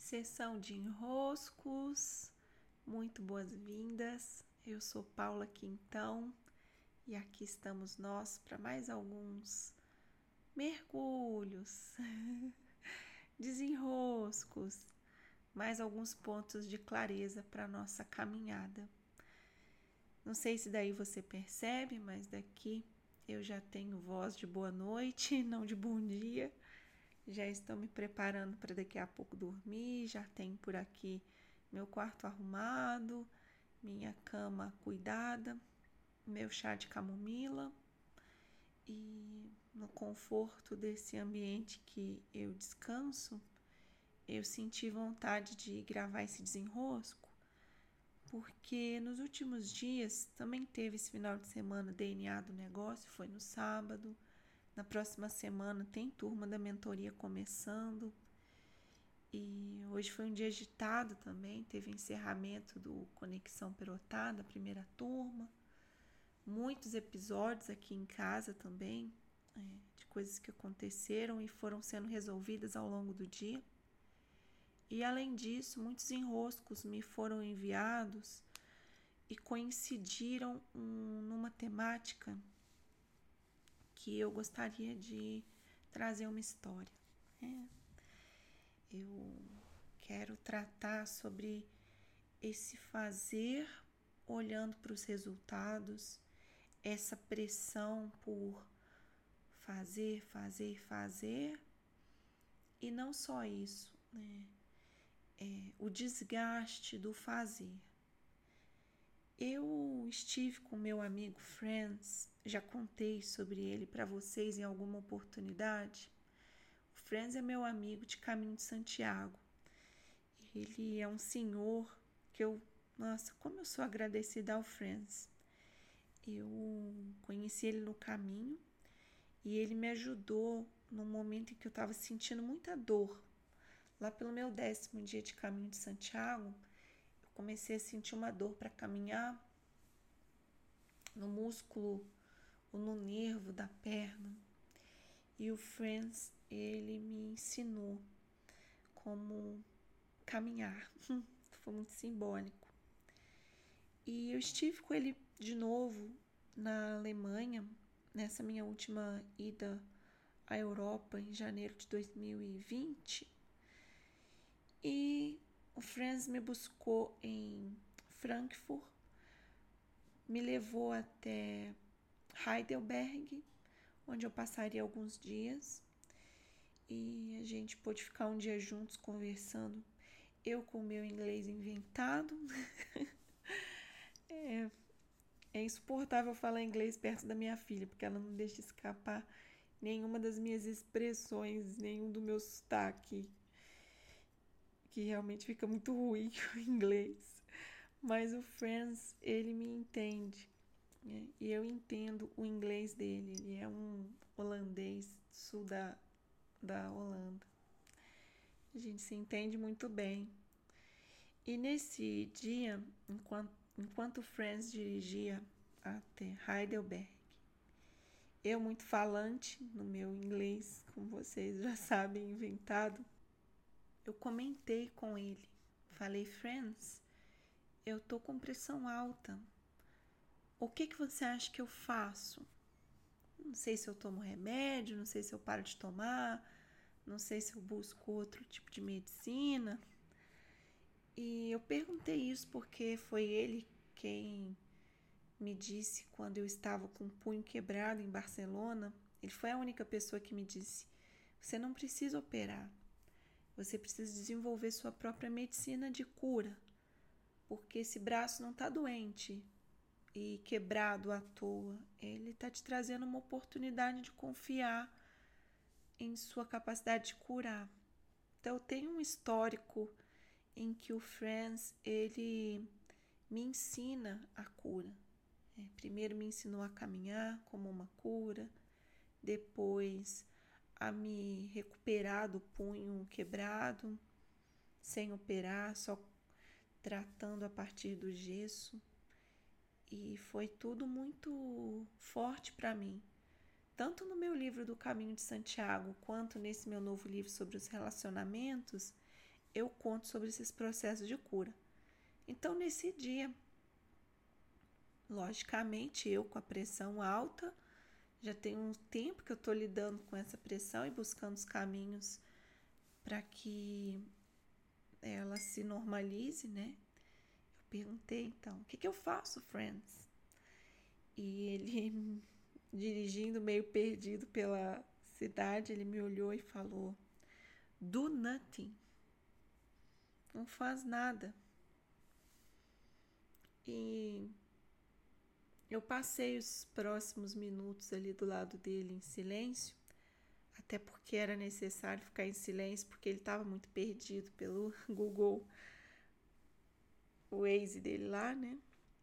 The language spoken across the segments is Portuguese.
Sessão de enroscos, muito boas-vindas. Eu sou Paula Quintão e aqui estamos nós para mais alguns mergulhos, desenroscos, mais alguns pontos de clareza para nossa caminhada. Não sei se daí você percebe, mas daqui eu já tenho voz de boa noite, não de bom dia. Já estou me preparando para daqui a pouco dormir, já tenho por aqui meu quarto arrumado, minha cama cuidada, meu chá de camomila e no conforto desse ambiente que eu descanso, eu senti vontade de gravar esse desenrosco, porque nos últimos dias também teve esse final de semana DNA do negócio, foi no sábado. Na próxima semana tem turma da mentoria começando e hoje foi um dia agitado também, teve encerramento do Conexão Perotá, da primeira turma, muitos episódios aqui em casa também, de coisas que aconteceram e foram sendo resolvidas ao longo do dia. E além disso, muitos enroscos me foram enviados e coincidiram numa temática que eu gostaria de trazer uma história. Eu quero tratar sobre esse fazer olhando para os resultados, essa pressão por fazer e não só isso, né? O desgaste do fazer. Eu estive com meu amigo Franz, já contei sobre ele para vocês em alguma oportunidade. O Franz é meu amigo de Caminho de Santiago. Ele é um senhor que como eu sou agradecida ao Franz. Eu conheci ele no caminho e ele me ajudou num momento em que eu estava sentindo muita dor. Lá pelo meu 10º dia de Caminho de Santiago, eu comecei a sentir uma dor para caminhar no músculo ou no nervo da perna. E o Franz, ele me ensinou como caminhar. Foi muito simbólico. E eu estive com ele de novo na Alemanha, nessa minha última ida à Europa em janeiro de 2020. E o Franz me buscou em Frankfurt, me levou até Heidelberg, onde eu passaria alguns dias. E a gente pôde ficar um dia juntos conversando. Eu com o meu inglês inventado. É insuportável falar inglês perto da minha filha, porque ela não deixa escapar nenhuma das minhas expressões, nenhum do meu sotaque, que realmente fica muito ruim o inglês. Mas o Franz, ele me entende, né? E eu entendo o inglês dele. Ele é um holandês sul da Holanda. A gente se entende muito bem. E nesse dia, enquanto o Franz dirigia até Heidelberg, eu muito falante no meu inglês, como vocês já sabem, inventado, eu comentei com ele. Falei, Franz, eu tô com pressão alta. O que você acha que eu faço? Não sei se eu tomo remédio, não sei se eu paro de tomar, não sei se eu busco outro tipo de medicina. E eu perguntei isso porque foi ele quem me disse quando eu estava com o punho quebrado em Barcelona. Ele foi a única pessoa que me disse: você não precisa operar, você precisa desenvolver sua própria medicina de cura, porque esse braço não está doente e quebrado à toa. Ele está te trazendo uma oportunidade de confiar em sua capacidade de curar. Então eu tenho um histórico em que o Franz, ele me ensina a cura. Primeiro me ensinou a caminhar como uma cura, depois a me recuperar do punho quebrado, sem operar, só tratando a partir do gesso. E foi tudo muito forte para mim. Tanto no meu livro do Caminho de Santiago, quanto nesse meu novo livro sobre os relacionamentos, eu conto sobre esses processos de cura. Então, nesse dia, logicamente, eu com a pressão alta, já tem um tempo que eu estou lidando com essa pressão e buscando os caminhos para que ela se normalize, né? Eu perguntei, então, o que eu faço, friends? E ele, dirigindo meio perdido pela cidade, ele me olhou e falou, do nothing. Não faz nada. E eu passei os próximos minutos ali do lado dele em silêncio, até porque era necessário ficar em silêncio, porque ele estava muito perdido pelo Google, o Waze dele lá, né?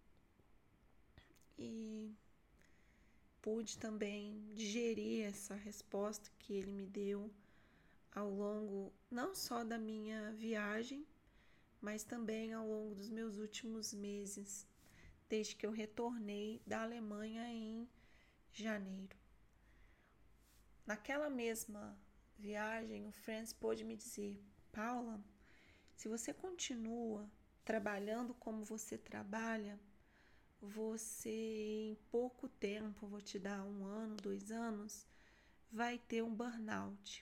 E pude também digerir essa resposta que ele me deu ao longo não só da minha viagem, mas também ao longo dos meus últimos meses, desde que eu retornei da Alemanha em janeiro. Naquela mesma viagem, o Franz pôde me dizer, Paula, se você continua trabalhando como você trabalha, você em pouco tempo, vou te dar 1 ano, 2 anos, vai ter um burnout.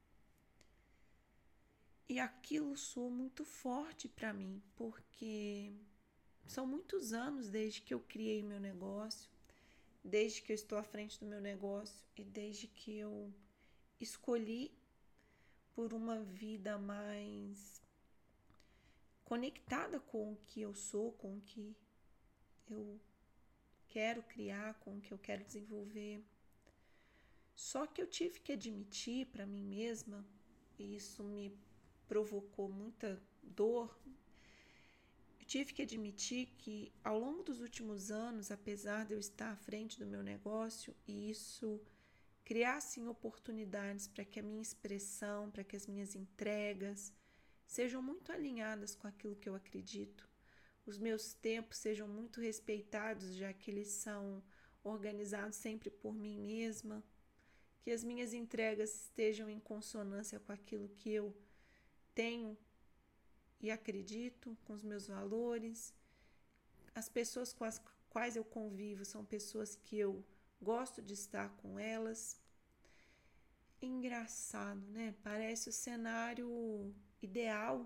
E aquilo soou muito forte para mim, porque são muitos anos desde que eu criei o meu negócio, desde que eu estou à frente do meu negócio e desde que eu escolhi por uma vida mais conectada com o que eu sou, com o que eu quero criar, com o que eu quero desenvolver. Só que eu tive que admitir para mim mesma, e isso me provocou muita dor, eu tive que admitir que ao longo dos últimos anos, apesar de eu estar à frente do meu negócio e isso criassem oportunidades para que a minha expressão, para que as minhas entregas sejam muito alinhadas com aquilo que eu acredito, os meus tempos sejam muito respeitados, já que eles são organizados sempre por mim mesma, que as minhas entregas estejam em consonância com aquilo que eu tenho e acredito, com os meus valores. As pessoas com as quais eu convivo são pessoas que eu gosto de estar com elas. Engraçado, né? Parece o cenário ideal,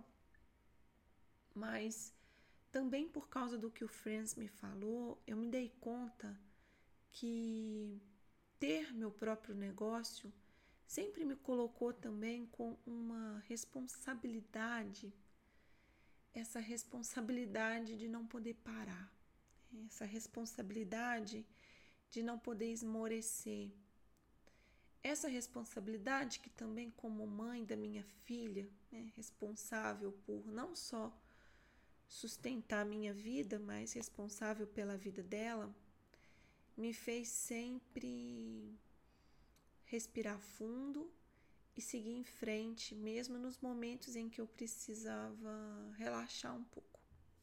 mas também por causa do que o Franz me falou, eu me dei conta que ter meu próprio negócio sempre me colocou também com uma responsabilidade, essa responsabilidade de não poder parar, essa responsabilidade de não poder esmorecer, essa responsabilidade que também como mãe da minha filha, né, responsável por não só sustentar a minha vida, mas responsável pela vida dela, me fez sempre respirar fundo e seguir em frente, mesmo nos momentos em que eu precisava relaxar um pouco.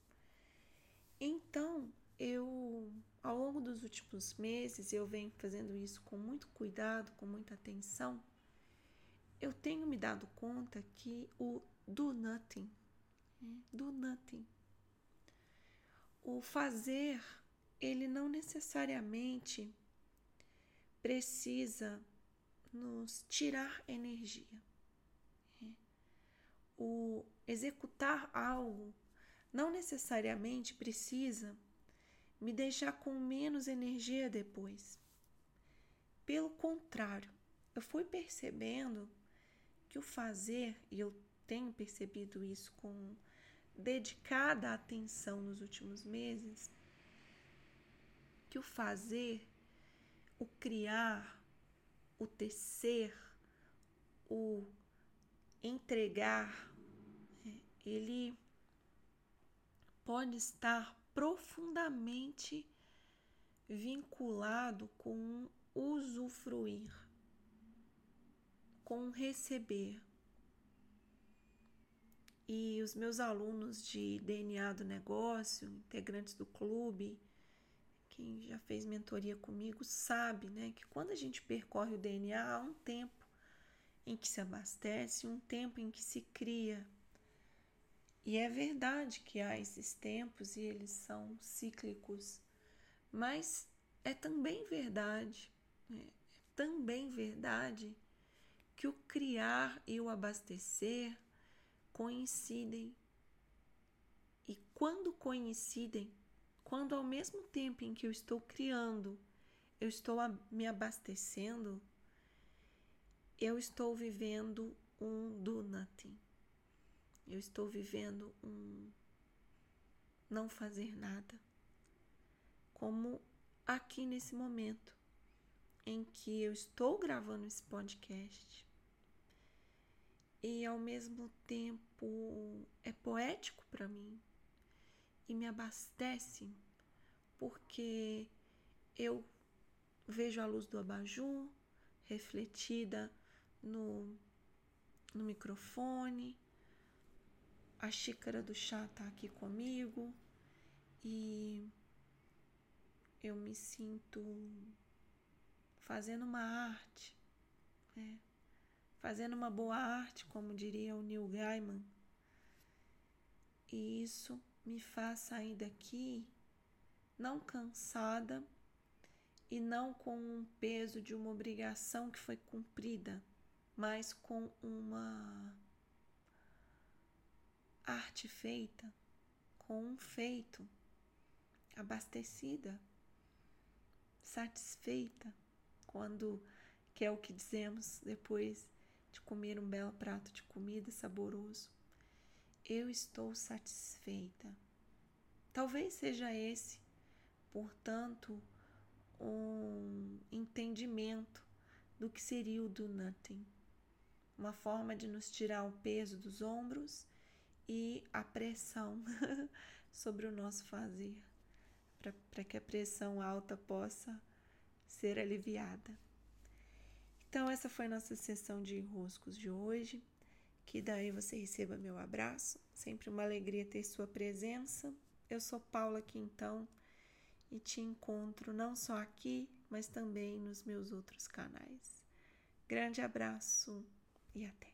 Então, ao longo dos últimos meses, eu venho fazendo isso com muito cuidado, com muita atenção, eu tenho me dado conta que o do nothing, o fazer, ele não necessariamente precisa nos tirar energia. O executar algo não necessariamente precisa me deixar com menos energia depois. Pelo contrário, eu fui percebendo que o fazer, e eu tenho percebido isso com dedicada atenção nos últimos meses, que o fazer, o criar, o tecer, o entregar, ele pode estar profundamente vinculado com usufruir, com receber. E os meus alunos de DNA do negócio, integrantes do clube, quem já fez mentoria comigo sabe, né, que quando a gente percorre o DNA, há um tempo em que se abastece, um tempo em que se cria. E é verdade que há esses tempos e eles são cíclicos, mas é também verdade que o criar e o abastecer coincidem. E quando coincidem, quando ao mesmo tempo em que eu estou criando, eu estou me abastecendo, eu estou vivendo um do nothing. Eu estou vivendo um não fazer nada. Como aqui nesse momento em que eu estou gravando esse podcast e ao mesmo tempo é poético para mim e me abastece porque eu vejo a luz do abajur refletida no microfone, a xícara do chá está aqui comigo e eu me sinto fazendo uma arte, fazendo uma boa arte, como diria o Neil Gaiman. E isso me faz sair daqui não cansada e não com um peso de uma obrigação que foi cumprida, mas com uma arte feita, com um feito, abastecida, satisfeita, que é o que dizemos depois de comer um belo prato de comida saboroso. Eu estou satisfeita. Talvez seja esse, portanto, um entendimento do que seria o do nothing. Uma forma de nos tirar o peso dos ombros e a pressão sobre o nosso fazer, para que a pressão alta possa ser aliviada. Então essa foi nossa sessão de enroscos de hoje. Que daí você receba meu abraço. Sempre uma alegria ter sua presença. Eu sou Paula Quintão e te encontro não só aqui, mas também nos meus outros canais. Grande abraço e até!